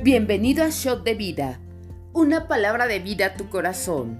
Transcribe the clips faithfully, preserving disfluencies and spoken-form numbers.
Bienvenido a Shot de Vida, una palabra de vida a tu corazón.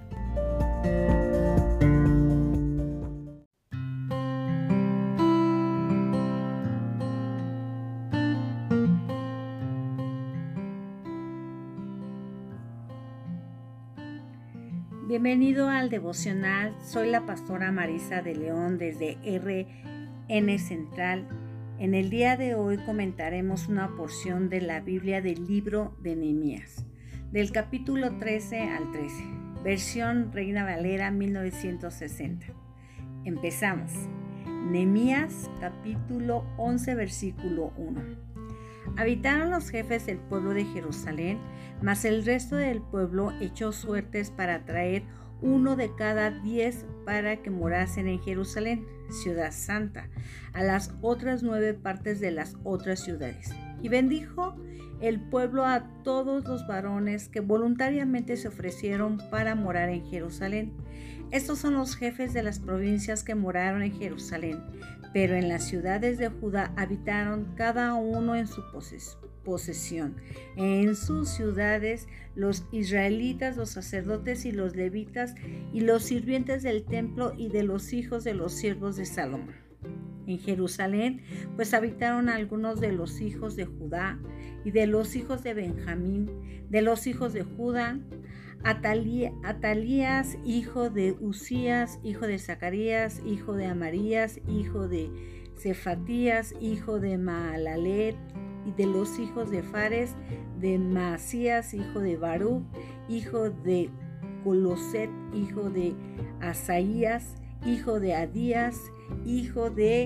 Bienvenido al devocional. Soy la pastora Marisa de León desde R N Central. En el día de hoy comentaremos una porción de la Biblia del libro de Nehemías, del capítulo trece al trece, versión Reina Valera mil novecientos sesenta. Empezamos. Nehemías capítulo once, versículo uno. Habitaron los jefes del pueblo de Jerusalén, mas el resto del pueblo echó suertes para traer uno de cada diez para que morasen en Jerusalén, ciudad santa, a las otras nueve partes de las otras ciudades. Y bendijo el pueblo a todos los varones que voluntariamente se ofrecieron para morar en Jerusalén. Estos son los jefes de las provincias que moraron en Jerusalén, pero en las ciudades de Judá habitaron cada uno en su poses- posesión. En sus ciudades los israelitas, los sacerdotes y los levitas y los sirvientes del templo y de los hijos de los siervos de Salomón. En Jerusalén, pues habitaron algunos de los hijos de Judá y de los hijos de Benjamín, de los hijos de Judá, Atalía, Atalías, hijo de Usías, hijo de Zacarías, hijo de Amarías, hijo de Cefatías, hijo de Maalalet, y de los hijos de Fares, de Maasías, hijo de Baruch, hijo de Coloset, hijo de Asaías, hijo de Adías, hijo de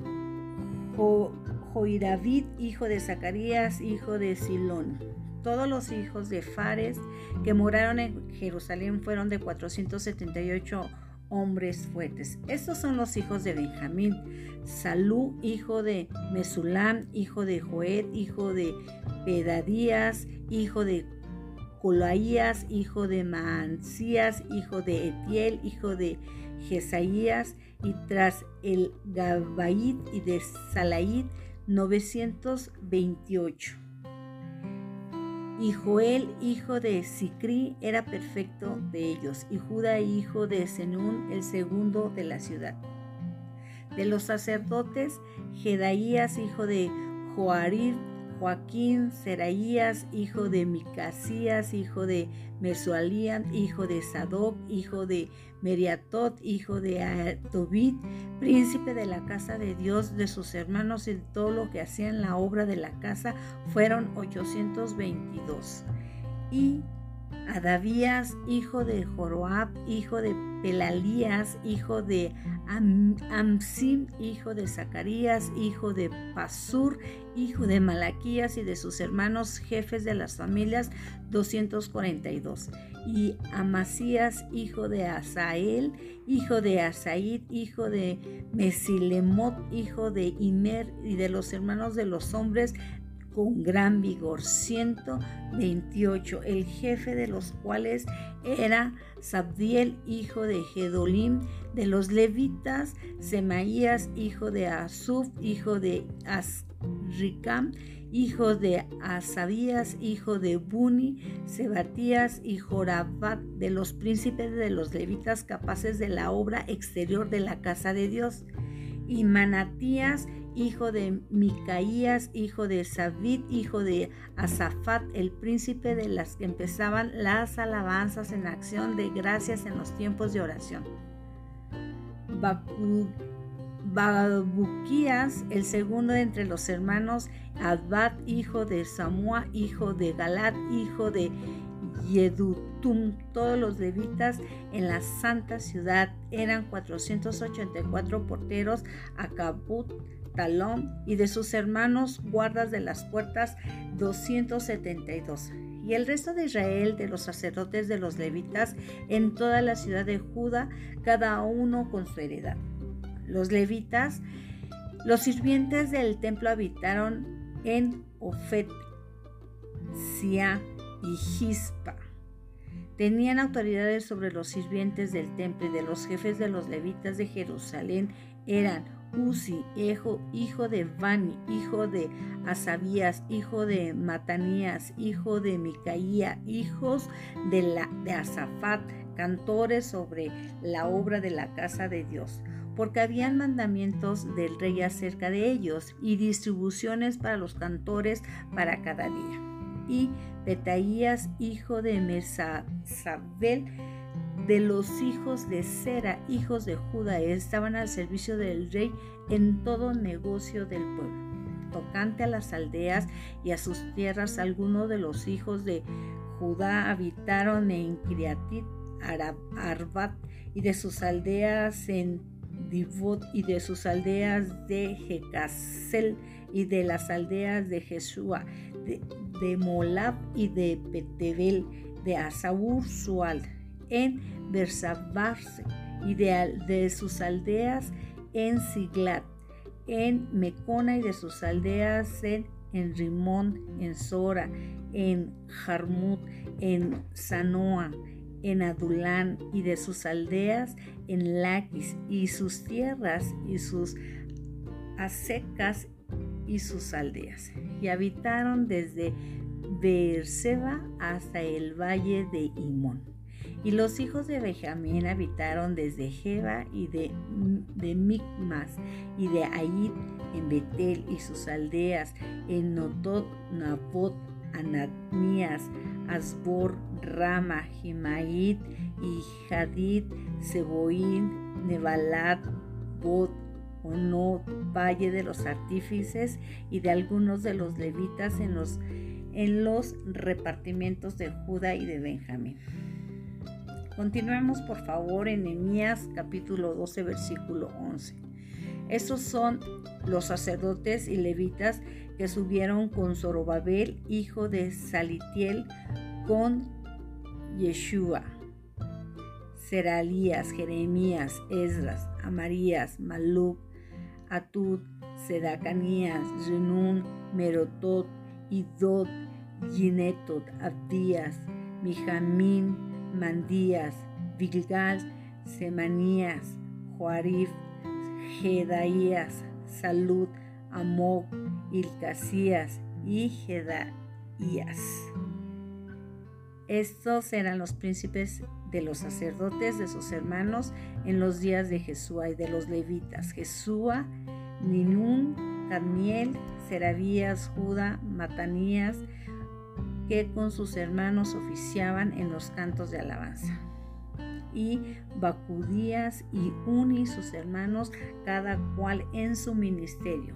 jo- Joidavid, hijo de Zacarías, hijo de Silón. Todos los hijos de Fares que moraron en Jerusalén fueron de cuatrocientos setenta y ocho hombres fuertes. Estos son los hijos de Benjamín: Salú, hijo de Mesulam, hijo de Joed, hijo de Pedadías, hijo de Colaías, hijo de Maansías, hijo de Etiel, hijo de Jesaías, y tras el Gabaid y de Salaid, novecientos veintiocho. Y Joel, hijo de Sicri, era perfecto de ellos, y Judá, hijo de Senún, el segundo de la ciudad. De los sacerdotes, Jedaías, hijo de Joarib, Joaquín, Seraías, hijo de Micasías, hijo de Mesualíam, hijo de Sadoc, hijo de Meriatot, hijo de Tobit, príncipe de la casa de Dios, de sus hermanos y de todo lo que hacían la obra de la casa, fueron ochocientos veintidós. Y Adavías, hijo de Joroab, hijo de Pelalías, hijo de Am- Amsim, hijo de Zacarías, hijo de Pasur, hijo de Malaquías, y de sus hermanos jefes de las familias, doscientos cuarenta y dos. Y Amasías, hijo de Asael, hijo de Asaid, hijo de Mesilemot, hijo de Imer, y de los hermanos de los hombres con gran vigor, ciento veintiocho, el jefe de los cuales era Sabdiel, hijo de Gedolim. De los levitas, Semaías, hijo de Asuf, hijo de Asricam, hijo de Asabías, hijo de Buni, Sebatías y Jorabat. De los príncipes de los levitas capaces de la obra exterior de la casa de Dios, y Manatías, hijo de Micaías, hijo de Sabit, hijo de Asafat, el príncipe de las que empezaban las alabanzas en acción de gracias en los tiempos de oración. Bacu, Babuquías, el segundo entre los hermanos, Adbat, hijo de Samua, hijo de Galat, hijo de Yedutum. Todos los levitas en la santa ciudad eran cuatrocientos ochenta y cuatro porteros, Acabut, Talón, y de sus hermanos guardas de las puertas, doscientos setenta y dos. Y el resto de Israel, de los sacerdotes de los levitas, en toda la ciudad de Judá, cada uno con su heredad. Los levitas, los sirvientes del templo, habitaron en Ofet, Sia y Gispa. Tenían autoridades sobre los sirvientes del templo, y de los jefes de los levitas de Jerusalén eran Uzi, hijo, hijo de Bani, hijo de Asabías, hijo de Matanías, hijo de Micaía, hijos de, la, de Asafat, cantores sobre la obra de la casa de Dios, porque habían mandamientos del rey acerca de ellos y distribuciones para los cantores para cada día. Y Petaías, hijo de Mesazabel, de los hijos de Sera, hijos de Judá, estaban al servicio del rey en todo negocio del pueblo. Tocante a las aldeas y a sus tierras, algunos de los hijos de Judá habitaron en Kiriatit Arbat y de sus aldeas en Divot y de sus aldeas de Jecasel y de las aldeas de Jesúa, de, de Molab y de Petebel, de Asaur Sual, en Bersabarse y de, de sus aldeas en Siglat, en Mecona y de sus aldeas en, en Rimón, en Sora, en Jarmut, en Sanoa, en Adulán y de sus aldeas en Laquis y sus tierras y sus acecas y sus aldeas. Y habitaron desde Beerseba hasta el valle de Himón. Y los hijos de Benjamín habitaron desde Geba y de, de Micmas y de Ahid en Betel y sus aldeas, en Notot, Nabot, Ananías, Asbor, Rama, Jimaid y Hadid, Seboín, Nebalat, Bot, Onot, Valle de los Artífices y de algunos de los levitas en los, en los repartimientos de Judá y de Benjamín. Continuemos por favor en Nehemías capítulo doce versículo once. Estos son los sacerdotes y levitas que subieron con Zorobabel, hijo de Salitiel, con Yeshua, Seralías, Jeremías, Esdras, Amarías, Maluc, Atud, Sedacanías, Renún, Merotot, Idod, Ginetot, Abdías, Mijamín, Mandías, Bilgal, Semanías, Joarif, Jedaías, Salud, Amok, Hilcasías y Jedaías. Estos eran los príncipes de los sacerdotes de sus hermanos en los días de Jesúa y de los levitas: Jesúa, Ninún, Cadmiel, Serabías, Judá, Matanías, que con sus hermanos oficiaban en los cantos de alabanza, y Bacudías y Uni, sus hermanos, cada cual en su ministerio.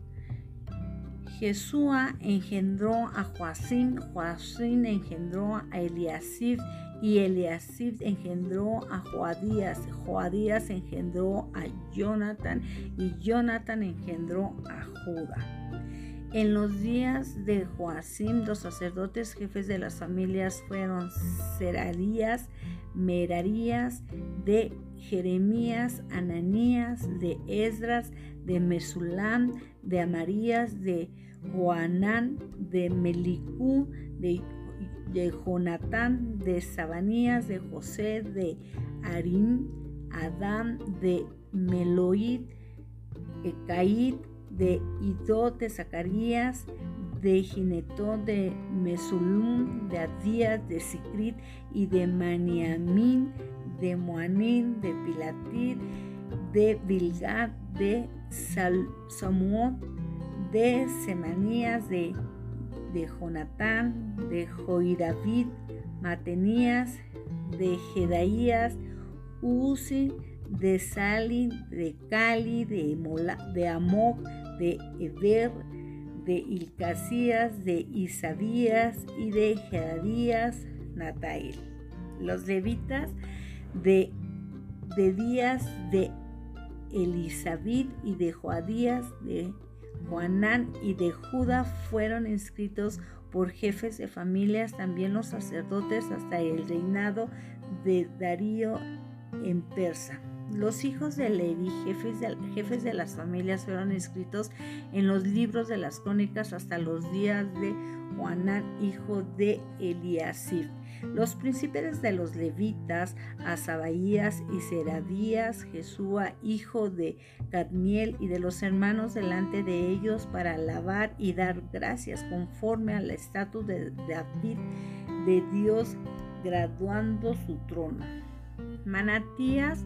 Jesúa engendró a Joacim, Joacim engendró a Eliasib, y Eliasib engendró a Joadías, Joadías engendró a Jonathan, y Jonathan engendró a Judá. En los días de Joacim, los sacerdotes jefes de las familias fueron Serarías, Merarías, de Jeremías, Ananías, de Esdras, de Mesulam, de Amarías, de Joanán, de Melicú, de, de Jonatán, de Sabanías, de José, de Arim, Adán, de Meloid, Ecaid, de Idod, de Zacarías, de Ginetón, de Mesulum, de Adías, de Sicrit y de Maniamín, de Moanín, de Pilatit, de Bilgad, de Samuot, de Semanías, de, de Jonatán, de Joidavid, Matenías, de Jedaías, Uzi, de Sali, de Cali, de, Mola, de Amok, de Eber, de Hilcasías, de Isabías y de Jedadías, Natael. Los levitas de, de Días, de Elisabid y de Joadías, de Joanán y de Judá fueron inscritos por jefes de familias, también los sacerdotes hasta el reinado de Darío en Persa. Los hijos de Leví, jefes de, jefes de las familias, fueron inscritos en los libros de las crónicas hasta los días de Joanán, hijo de Eliasib. Los príncipes de los levitas, Asabaías y Serabías, Jesúa, hijo de Cadmiel, y de los hermanos delante de ellos para alabar y dar gracias conforme al estatuto de David de Dios, graduando su trono. Manatías,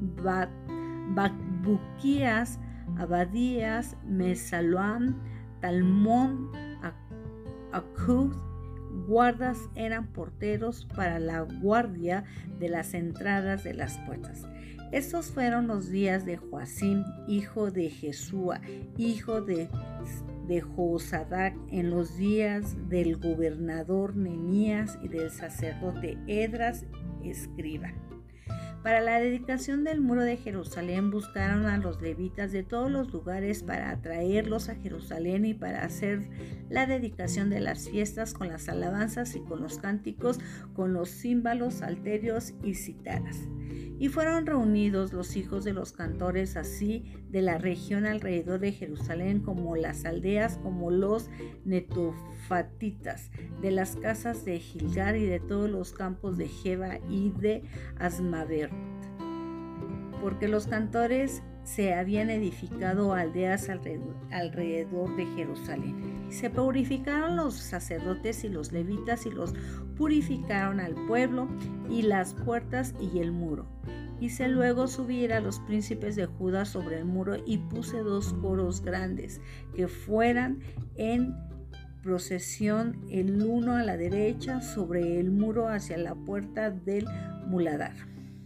Bacbuquías, Abadías, Mesalam, Talmón, Acud, guardas eran porteros para la guardia de las entradas de las puertas. Estos fueron los días de Joacim, hijo de Jesúa, hijo de, de Josadac, en los días del gobernador Nehemías y del sacerdote Esdras, escriba. Para la dedicación del muro de Jerusalén buscaron a los levitas de todos los lugares para atraerlos a Jerusalén y para hacer la dedicación de las fiestas con las alabanzas y con los cánticos, con los címbalos, salterios y citaras. Y fueron reunidos los hijos de los cantores, así de la región alrededor de Jerusalén como las aldeas, como los netofatitas, de las casas de Gilgal y de todos los campos de Geba y de Asmaver, porque los cantores se habían edificado aldeas alrededor, alrededor de Jerusalén. Se purificaron los sacerdotes y los levitas y los purificaron al pueblo y las puertas y el muro. Hice luego subir a los príncipes de Judá sobre el muro y puse dos coros grandes que fueran en procesión, el uno a la derecha sobre el muro hacia la puerta del muladar.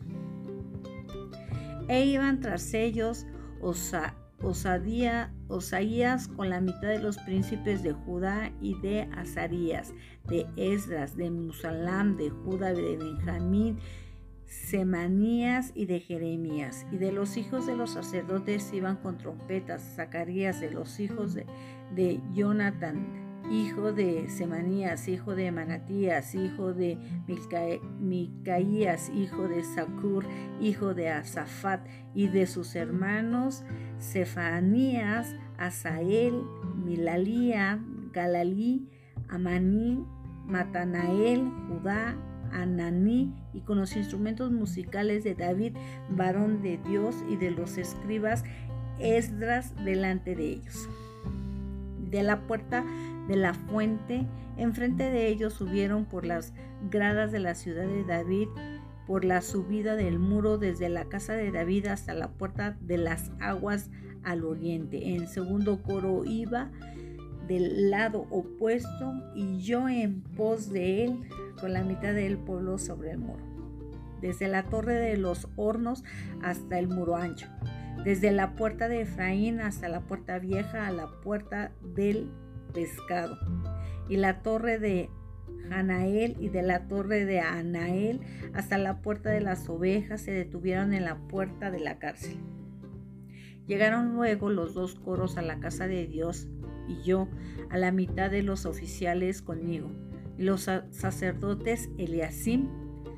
E iban tras ellos Osa, Osadía, Osaías con la mitad de los príncipes de Judá y de Azarías, de Esdras, de Musalam, de Judá, de Benjamín, Semanías y de Jeremías. Y de los hijos de los sacerdotes iban con trompetas, Zacarías, de los hijos de, de Jonatán, hijo de Semanías, hijo de Manatías, hijo de Mica, Micaías, hijo de Zacur, hijo de Asafat, y de sus hermanos Sefanías, Asael, Milalía, Galalí, Amaní, Matanael, Judá, Ananí, y con los instrumentos musicales de David, varón de Dios, y de los escribas Esdras delante de ellos. De la puerta de la fuente, enfrente de ellos subieron por las gradas de la ciudad de David, por la subida del muro desde la casa de David hasta la puerta de las aguas al oriente. En segundo coro iba del lado opuesto, y yo en pos de él, con la mitad del pueblo sobre el muro, desde la torre de los hornos hasta el muro ancho, desde la puerta de Efraín hasta la puerta vieja, a la puerta del pescado, y la torre de Hanael, y de la torre de Anael hasta la puerta de las ovejas, se detuvieron en la puerta de la cárcel. Llegaron luego los dos coros a la casa de Dios, y yo a la mitad de los oficiales conmigo, y los sacerdotes Eliasim,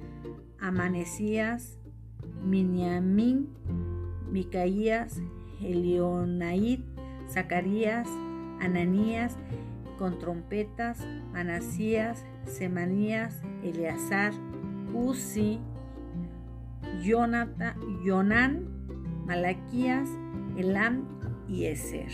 Amanecías, Miniamín, Micaías, Elionaid, Zacarías, Ananías, con trompetas, Manasías, Semanías, Eleazar, Uzi, Jonathan, Jonán, Malaquías, Elam y Ezer.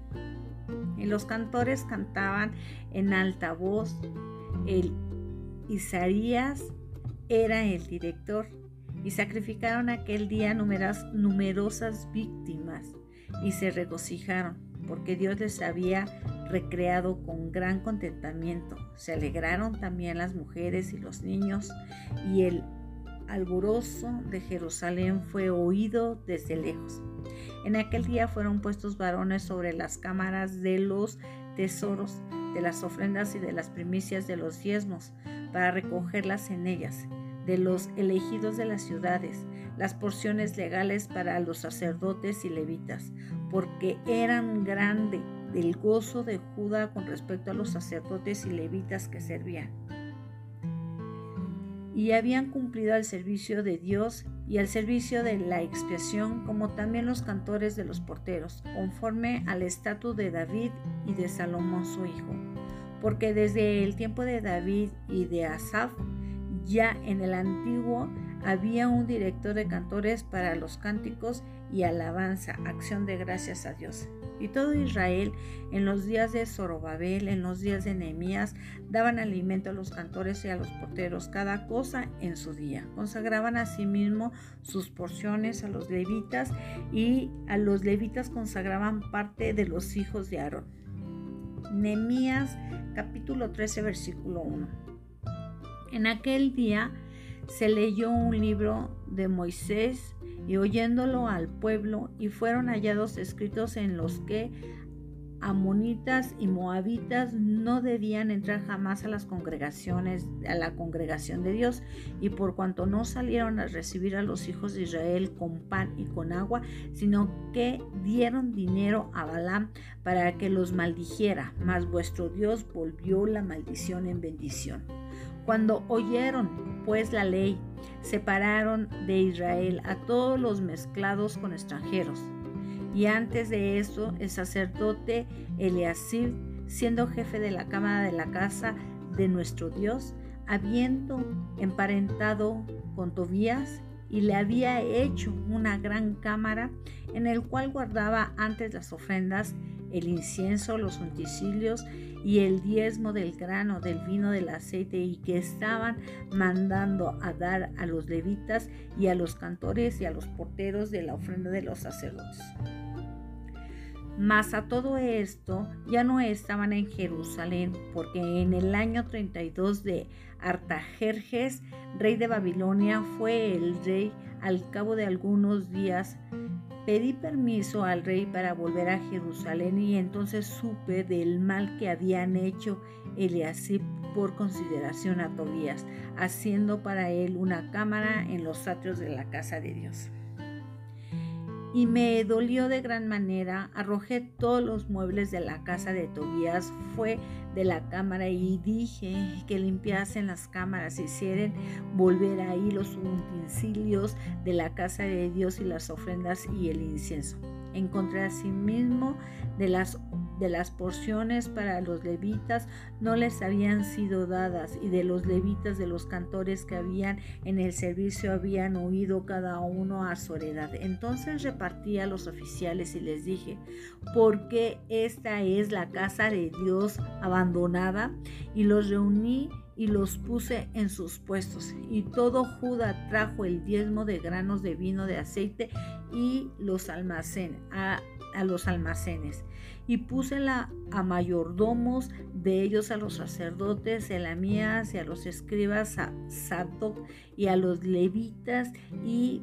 Y los cantores cantaban en alta voz. El Isaías era el director, y sacrificaron aquel día numeras, numerosas víctimas, y se regocijaron, porque Dios les había recreado con gran contentamiento. Se alegraron también las mujeres y los niños, y el alborozo de Jerusalén fue oído desde lejos. En aquel día fueron puestos varones sobre las cámaras de los tesoros, de las ofrendas y de las primicias de los diezmos, para recogerlas en ellas, de los elegidos de las ciudades, las porciones legales para los sacerdotes y levitas, porque eran grande el gozo de Judá con respecto a los sacerdotes y levitas que servían. Y habían cumplido el servicio de Dios, y al servicio de la expiación, como también los cantores de los porteros, conforme al estatuto de David y de Salomón su hijo. Porque desde el tiempo de David y de Asaf, ya en el antiguo había un director de cantores para los cánticos y alabanza, acción de gracias a Dios. Y todo Israel, en los días de Zorobabel, en los días de Nehemías, daban alimento a los cantores y a los porteros, cada cosa en su día. Consagraban asimismo sus porciones a los levitas, y a los levitas consagraban parte de los hijos de Aarón. Nehemías capítulo trece versículo uno. En aquel día se leyó un libro de Moisés y oyéndolo al pueblo, y fueron hallados escritos en los que amonitas y moabitas no debían entrar jamás a las congregaciones, a la congregación de Dios, y por cuanto no salieron a recibir a los hijos de Israel con pan y con agua, sino que dieron dinero a Balaam para que los maldijera, mas vuestro Dios volvió la maldición en bendición. Cuando oyeron pues la ley, separaron de Israel a todos los mezclados con extranjeros. Y antes de eso, el sacerdote Eliasib, siendo jefe de la cámara de la casa de nuestro Dios, habiendo emparentado con Tobías, y le había hecho una gran cámara en el cual guardaba antes las ofrendas, el incienso, los utensilios y el diezmo del grano, del vino, del aceite, y que estaban mandando a dar a los levitas y a los cantores y a los porteros de la ofrenda de los sacerdotes. Mas a todo esto ya no estaban en Jerusalén, porque en el año treinta y dos de Artajerjes, rey de Babilonia, fue el rey. Al cabo de algunos días pedí permiso al rey para volver a Jerusalén, y entonces supe del mal que habían hecho Eliasib por consideración a Tobías, haciendo para él una cámara en los atrios de la casa de Dios. Y me dolió de gran manera, arrojé todos los muebles de la casa de Tobías, fue de la cámara, y dije que limpiasen las cámaras, hicieren volver ahí los utensilios de la casa de Dios y las ofrendas y el incienso. Encontré asimismo de las de las porciones para los levitas no les habían sido dadas, y de los levitas de los cantores que habían en el servicio habían huido cada uno a su heredad. Entonces repartí a los oficiales y les dije: ¿por qué esta es la casa de Dios abandonada? Y los reuní y los puse en sus puestos. Y todo Judá trajo el diezmo de granos de vino, de aceite y los almacén, a, a los almacenes. Y puse la, a mayordomos de ellos a los sacerdotes Elamías y a los escribas a Sadoc y a los levitas y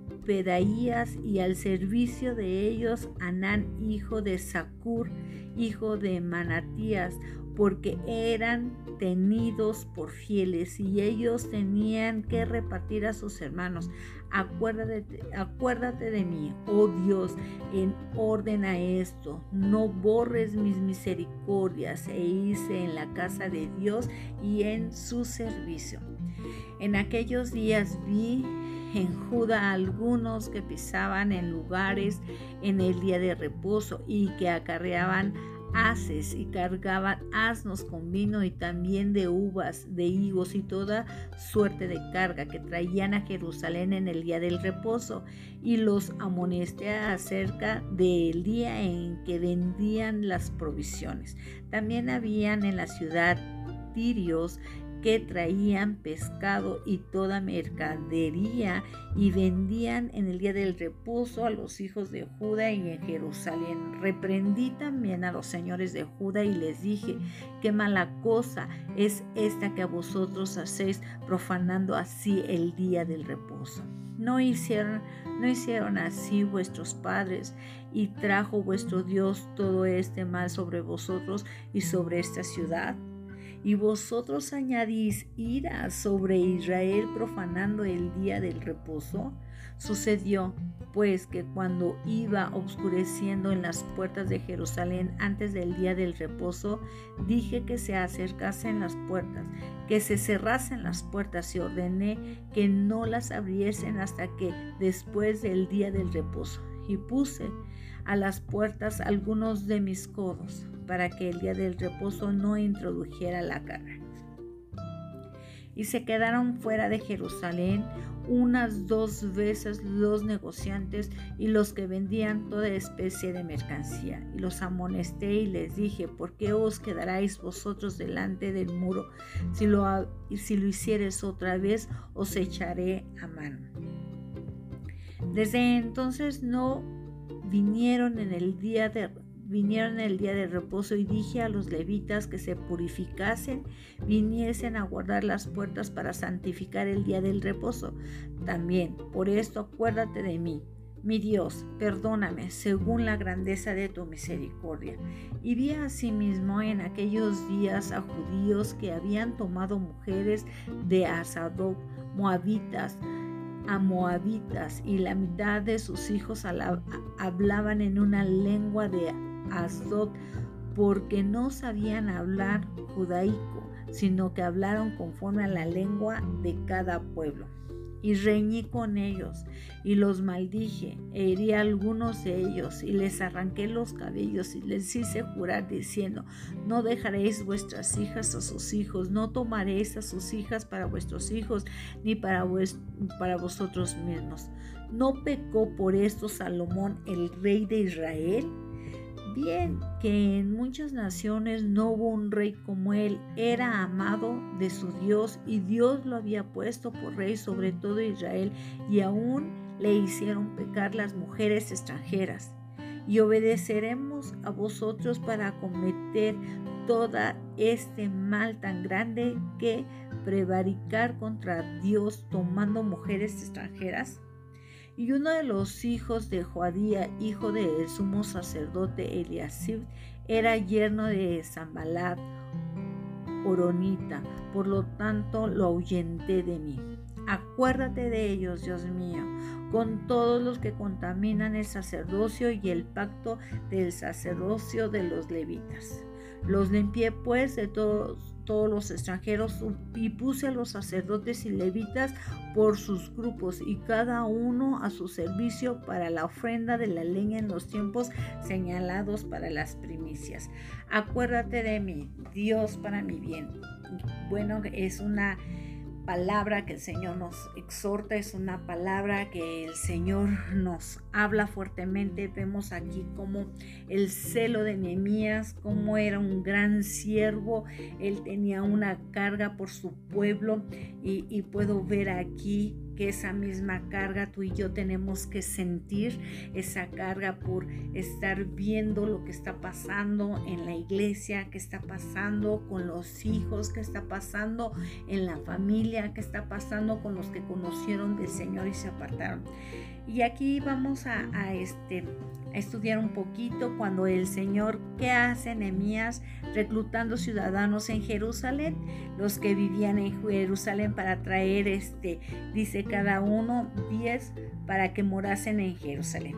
Pedaías, y al servicio de ellos Anán, hijo de Zacur, hijo de Manatías, porque eran tenidos por fieles, y ellos tenían que repartir a sus hermanos. Acuérdate, acuérdate de mí, oh Dios, en orden a esto, no borres mis misericordias, e hice en la casa de Dios y en su servicio. En aquellos días vi en Judá algunos que pisaban en lugares en el día de reposo, y que acarreaban haces y cargaban asnos con vino, y también de uvas, de higos y toda suerte de carga que traían a Jerusalén en el día del reposo, y los amonesté acerca del día en que vendían las provisiones. También habían en la ciudad tirios que traían pescado y toda mercadería, y vendían en el día del reposo a los hijos de Judá y en Jerusalén. Reprendí también a los señores de Judá y les dije: qué mala cosa es esta que a vosotros hacéis, profanando así el día del reposo. No hicieron, no hicieron así vuestros padres, y trajo vuestro Dios todo este mal sobre vosotros y sobre esta ciudad. Y vosotros añadís ira sobre Israel, profanando el día del reposo. Sucedió pues que cuando iba oscureciendo en las puertas de Jerusalén antes del día del reposo, dije que se acercasen las puertas, que se cerrasen las puertas y ordené que no las abriesen hasta que después del día del reposo. Y puse a las puertas algunos de mis codos para que el día del reposo no introdujera la carga. Y se quedaron fuera de Jerusalén unas dos veces los negociantes y los que vendían toda especie de mercancía. Y los amonesté y les dije: ¿por qué os quedaráis vosotros delante del muro? Si lo, si lo hicieres otra vez, os echaré a mano. Desde entonces no vinieron en el día de Vinieron el día de reposo, y dije a los levitas que se purificasen, viniesen a guardar las puertas para santificar el día del reposo. También por esto acuérdate de mí, mi Dios, perdóname según la grandeza de tu misericordia. Y vi asimismo en aquellos días a judíos que habían tomado mujeres de Asadoc, moabitas, a moabitas, y la mitad de sus hijos hablaban en una lengua de Asdod, porque no sabían hablar judaico, sino que hablaron conforme a la lengua de cada pueblo. Y reñí con ellos, y los maldije, e herí a algunos de ellos, y les arranqué los cabellos, y les hice jurar diciendo: no dejaréis vuestras hijas a sus hijos, no tomaréis a sus hijas para vuestros hijos, ni para, vuest- para vosotros mismos. ¿No pecó por esto Salomón, el rey de Israel? Bien, que en muchas naciones no hubo un rey como él, era amado de su Dios, y Dios lo había puesto por rey sobre todo Israel, y aún le hicieron pecar las mujeres extranjeras. Y obedeceremos a vosotros para cometer todo este mal tan grande que prevaricar contra Dios tomando mujeres extranjeras. Y uno de los hijos de Joadía, hijo del sumo sacerdote Eliasib, era yerno de Sanbalat horonita, por lo tanto lo ahuyenté de mí. Acuérdate de ellos, Dios mío, con todos los que contaminan el sacerdocio y el pacto del sacerdocio de los levitas. Los limpié pues de todos todos los extranjeros, y puse a los sacerdotes y levitas por sus grupos, y cada uno a su servicio para la ofrenda de la leña en los tiempos señalados para las primicias. Acuérdate de mí, Dios, para mi bien. Bueno, es una palabra que el Señor nos exhorta, es una palabra que el Señor nos habla fuertemente. Vemos aquí como el celo de Nehemías, como era un gran siervo, él tenía una carga por su pueblo, y, y puedo ver aquí que esa misma carga tú y yo tenemos que sentir, esa carga por estar viendo lo que está pasando en la iglesia, qué está pasando con los hijos, qué está pasando en la familia, qué está pasando con los que conocieron del Señor y se apartaron. Y aquí vamos a, a, este, a estudiar un poquito cuando el Señor, ¿qué hace Nehemías? Reclutando ciudadanos en Jerusalén, los que vivían en Jerusalén, para traer, este, dice cada uno, diez para que morasen en Jerusalén.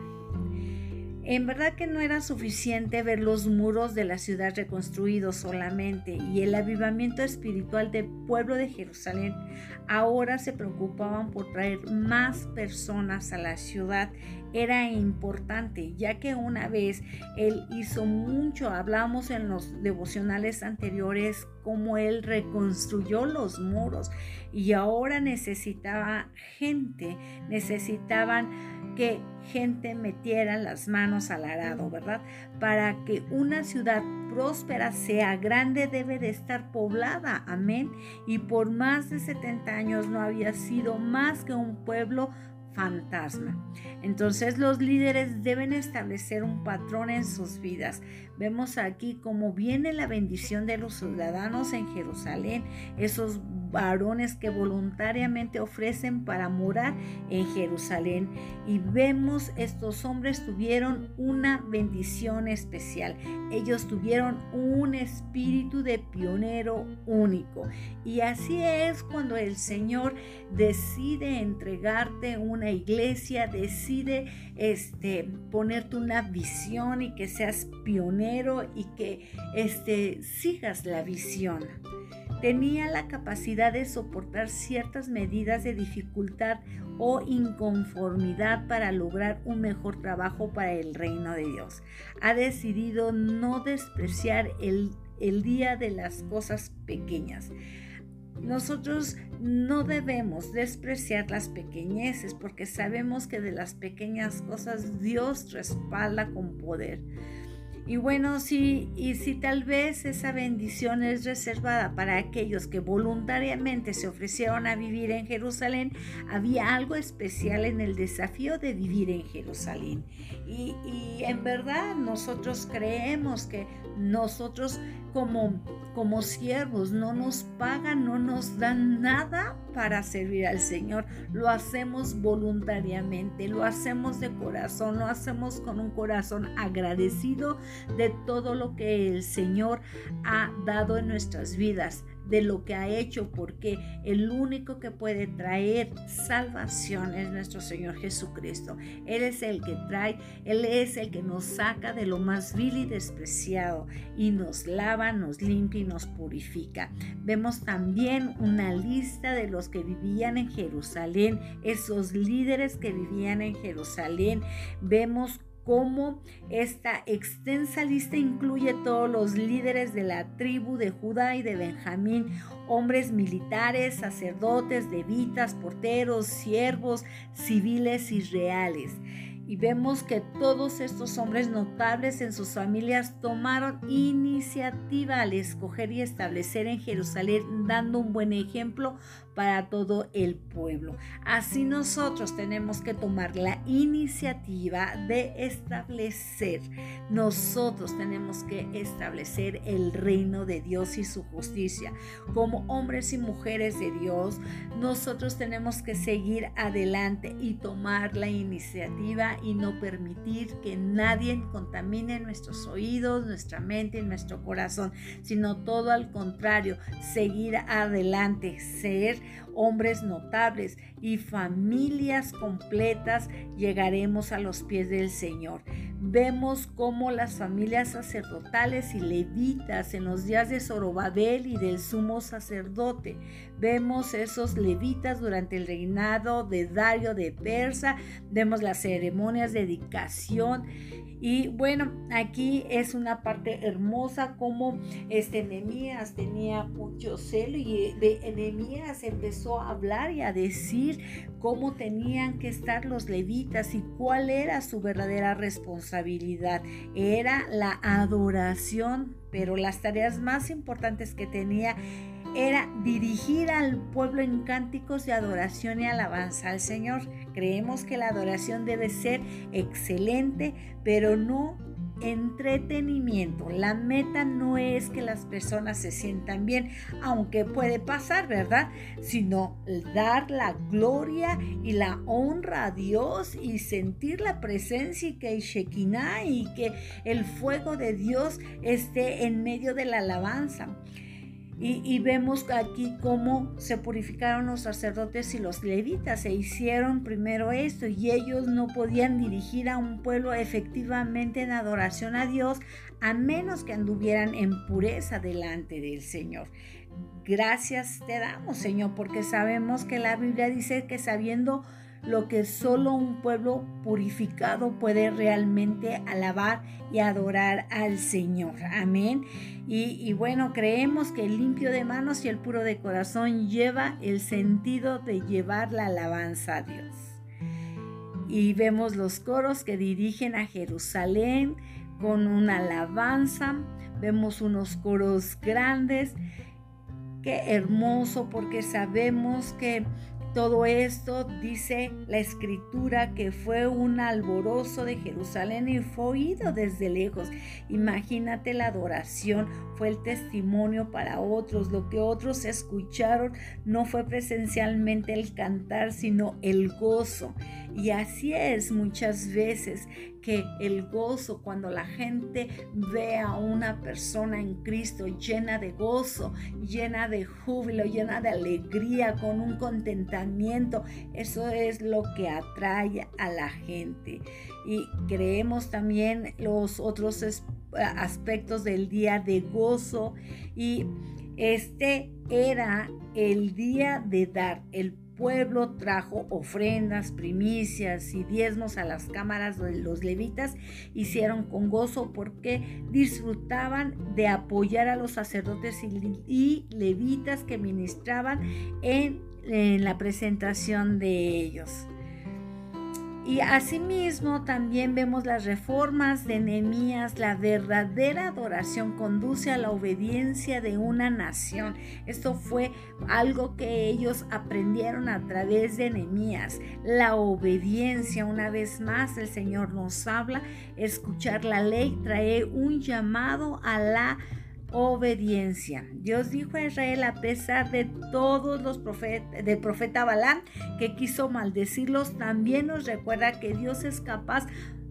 En verdad que no era suficiente ver los muros de la ciudad reconstruidos solamente, y el avivamiento espiritual del pueblo de Jerusalén. Ahora se preocupaban por traer más personas a la ciudad. Era importante, ya que una vez él hizo mucho, hablamos en los devocionales anteriores, cómo él reconstruyó los muros, y ahora necesitaba gente, necesitaban que gente metiera las manos al arado, ¿verdad? Para que una ciudad próspera sea grande, debe de estar poblada, amén. Y por más de setenta años no había sido más que un pueblo fantasma. Entonces los líderes deben establecer un patrón en sus vidas. Vemos aquí cómo viene la bendición de los ciudadanos en Jerusalén, esos varones que voluntariamente ofrecen para morar en Jerusalén. Y vemos, estos hombres tuvieron una bendición especial. Ellos tuvieron un espíritu de pionero único. Y así es cuando el Señor decide entregarte una iglesia, decide este, ponerte una visión y que seas pionero y que este, sigas la visión. Tenía la capacidad de soportar ciertas medidas de dificultad o inconformidad para lograr un mejor trabajo para el reino de Dios. Ha decidido no despreciar el, el día de las cosas pequeñas. Nosotros no debemos despreciar las pequeñeces porque sabemos que de las pequeñas cosas Dios respalda con poder. Y bueno, sí, y si tal vez esa bendición es reservada para aquellos que voluntariamente se ofrecieron a vivir en Jerusalén, había algo especial en el desafío de vivir en Jerusalén. Y, y en verdad nosotros creemos que nosotros como, como siervos no nos pagan, no nos dan nada para servir al Señor. Lo hacemos voluntariamente, lo hacemos de corazón, lo hacemos con un corazón agradecido de todo lo que el Señor ha dado en nuestras vidas, de lo que ha hecho, porque el único que puede traer salvación es nuestro Señor Jesucristo. Él es el que trae, Él es el que nos saca de lo más vil y despreciado y nos lava, nos limpia y nos purifica. Vemos también una lista de los que vivían en Jerusalén, esos líderes que vivían en Jerusalén. Vemos cómo esta extensa lista incluye todos los líderes de la tribu de Judá y de Benjamín, hombres militares, sacerdotes, levitas, porteros, siervos, civiles y reales. Y vemos que todos estos hombres notables en sus familias tomaron iniciativa al escoger y establecer en Jerusalén, dando un buen ejemplo para todo el pueblo. Así nosotros tenemos que tomar la iniciativa de establecer. Nosotros tenemos que establecer el reino de Dios y su justicia. Como hombres y mujeres de Dios, nosotros tenemos que seguir adelante y tomar la iniciativa y no permitir que nadie contamine nuestros oídos, nuestra mente y nuestro corazón, sino todo al contrario, seguir adelante, ser hombres notables y familias completas, llegaremos a los pies del Señor. Vemos cómo las familias sacerdotales y levitas en los días de Zorobabel y del sumo sacerdote, vemos esos levitas durante el reinado de Dario de Persa, vemos las ceremonias de dedicación. Y bueno, aquí es una parte hermosa como este Nehemías tenía mucho celo y de Nehemías empezó a hablar y a decir cómo tenían que estar los levitas y cuál era su verdadera responsabilidad. Era la adoración, pero las tareas más importantes que tenía era dirigir al pueblo en cánticos de adoración y alabanza al Señor. Creemos que la adoración debe ser excelente, pero no entretenimiento. La meta no es que las personas se sientan bien, aunque puede pasar, ¿verdad? Sino dar la gloria y la honra a Dios y sentir la presencia y que el Shekinah y que el fuego de Dios esté en medio de la alabanza. Y, y vemos aquí cómo se purificaron los sacerdotes y los levitas. Se hicieron primero esto y ellos no podían dirigir a un pueblo efectivamente en adoración a Dios a menos que anduvieran en pureza delante del Señor. Gracias te damos, Señor, porque sabemos que la Biblia dice que sabiendo lo que solo un pueblo purificado puede realmente alabar y adorar al Señor. Amén. Y, y bueno, creemos que el limpio de manos y el puro de corazón lleva el sentido de llevar la alabanza a Dios. Y vemos los coros que dirigen a Jerusalén con una alabanza. Vemos unos coros grandes. Qué hermoso, porque sabemos que todo esto dice la escritura que fue un alborozo de Jerusalén y fue oído desde lejos. Imagínate, la adoración fue el testimonio para otros. Lo que otros escucharon no fue presencialmente el cantar, sino el gozo. Y así es muchas veces, que el gozo, cuando la gente ve a una persona en Cristo llena de gozo, llena de júbilo, llena de alegría, con un contentamiento, eso es lo que atrae a la gente. Y creemos también los otros aspectos del día de gozo, y este era el día de dar. El pueblo trajo ofrendas, primicias y diezmos a las cámaras de los levitas. Hicieron con gozo porque disfrutaban de apoyar a los sacerdotes y levitas que ministraban en, en la presentación de ellos. Y asimismo también vemos las reformas de Nehemías. La verdadera adoración conduce a la obediencia de una nación. Esto fue algo que ellos aprendieron a través de Nehemías. La obediencia, una vez más, el Señor nos habla. Escuchar la ley trae un llamado a la obediencia. Dios dijo a Israel, a pesar de todos los profetas, del profeta Balaam, que quiso maldecirlos, también nos recuerda que Dios es capaz,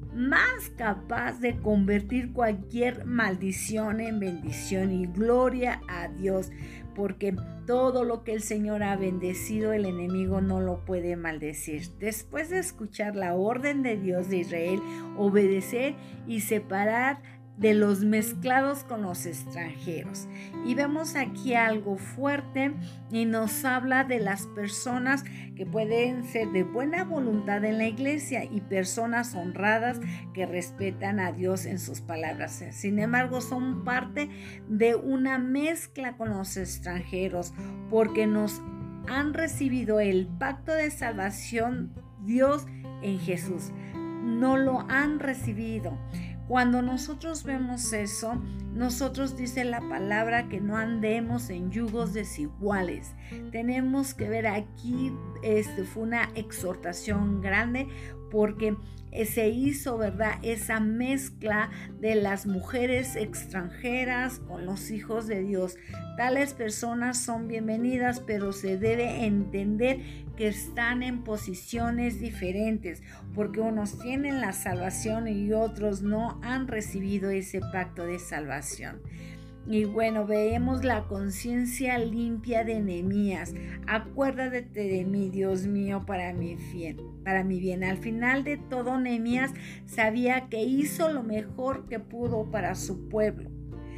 más capaz de convertir cualquier maldición en bendición. Y gloria a Dios, porque todo lo que el Señor ha bendecido, el enemigo no lo puede maldecir. Después de escuchar la orden de Dios de Israel, obedecer y separar de los mezclados con los extranjeros. Y vemos aquí algo fuerte, y nos habla de las personas que pueden ser de buena voluntad en la iglesia y personas honradas que respetan a Dios en sus palabras. Sin embargo, son parte de una mezcla con los extranjeros, porque nos han recibido el pacto de salvación Dios en Jesús. No lo han recibido. Cuando nosotros vemos eso, nosotros dice la palabra que no andemos en yugos desiguales. Tenemos que ver aquí, este fue una exhortación grande, porque se hizo, ¿verdad?, esa mezcla de las mujeres extranjeras con los hijos de Dios. Tales personas son bienvenidas, pero se debe entender que están en posiciones diferentes, porque unos tienen la salvación y otros no han recibido ese pacto de salvación. Y bueno, vemos la conciencia limpia de Nehemías. Acuérdate de mí, Dios mío, para mi bien, para mi bien. Al final de todo, Nehemías sabía que hizo lo mejor que pudo para su pueblo.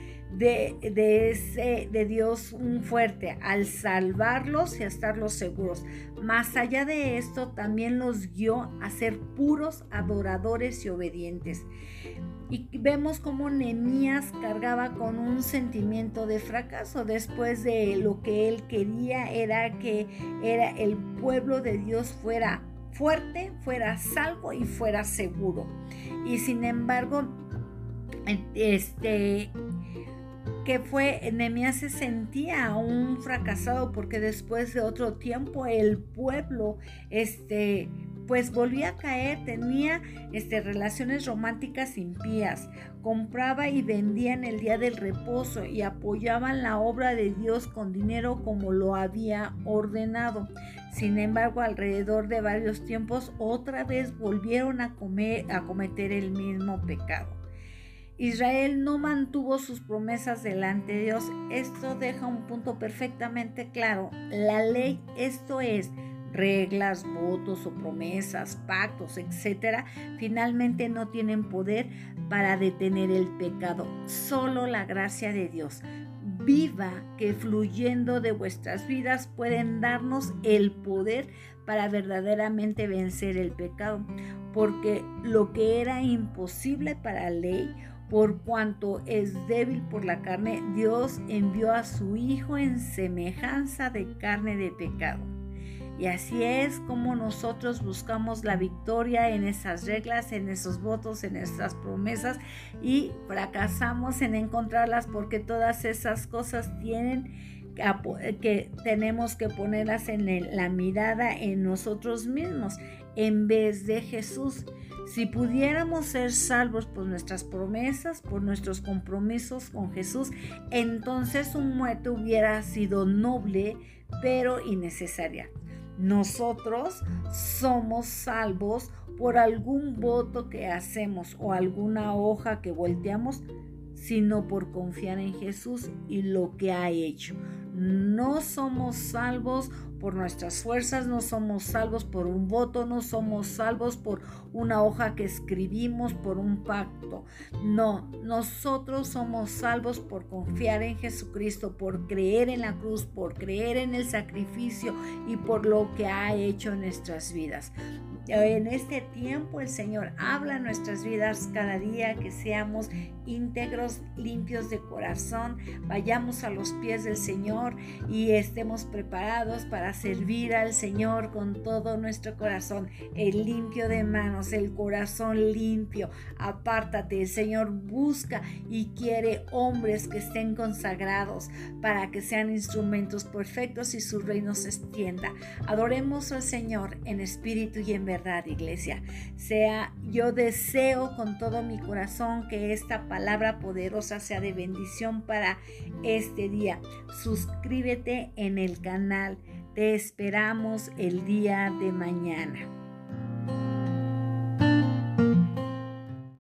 De, de, ese, de Dios un fuerte al salvarlos y a estarlos seguros. Más allá de esto, también los guió a ser puros adoradores y obedientes. Y vemos cómo Nehemías cargaba con un sentimiento de fracaso. Después de lo que él quería era que era el pueblo de Dios fuera fuerte, fuera salvo y fuera seguro. Y sin embargo, este... que fue, Nehemías se sentía aún fracasado, porque después de otro tiempo el pueblo este, pues volvía a caer, tenía este, relaciones románticas impías, compraba y vendía en el día del reposo y apoyaban la obra de Dios con dinero como lo había ordenado. Sin embargo, alrededor de varios tiempos otra vez volvieron a, comer, a cometer el mismo pecado. Israel no mantuvo sus promesas delante de Dios. Esto deja un punto perfectamente claro. La ley, esto es, reglas, votos o promesas, pactos, etcétera, finalmente no tienen poder para detener el pecado. Solo la gracia de Dios viva, que fluyendo de vuestras vidas pueden darnos el poder para verdaderamente vencer el pecado. Porque lo que era imposible para la ley, por cuanto es débil por la carne, Dios envió a su Hijo en semejanza de carne de pecado. Y así es como nosotros buscamos la victoria en esas reglas, en esos votos, en esas promesas, y fracasamos en encontrarlas, porque todas esas cosas tienen que tenemos que ponerlas en el, la mirada en nosotros mismos en vez de Jesús. Si pudiéramos ser salvos por nuestras promesas, por nuestros compromisos con Jesús, entonces su muerte hubiera sido noble, pero innecesaria. Nosotros somos salvos por algún voto que hacemos o alguna hoja que volteamos, sino por confiar en Jesús y lo que ha hecho. No somos salvos por nuestras fuerzas, no somos salvos por un voto, no somos salvos por una hoja que escribimos, por un pacto. No, nosotros somos salvos por confiar en Jesucristo, por creer en la cruz, por creer en el sacrificio y por lo que ha hecho en nuestras vidas. En este tiempo el Señor habla en nuestras vidas cada día, que seamos íntegros, limpios de corazón, vayamos a los pies del Señor y estemos preparados para servir al Señor con todo nuestro corazón, el limpio de manos, el corazón limpio. Apártate, el Señor busca y quiere hombres que estén consagrados para que sean instrumentos perfectos y su reino se extienda. Adoremos al Señor en espíritu y en verdad. Verdad, iglesia. Sea, yo deseo con todo mi corazón que esta palabra poderosa sea de bendición para este día. Suscríbete en el canal. Te esperamos el día de mañana.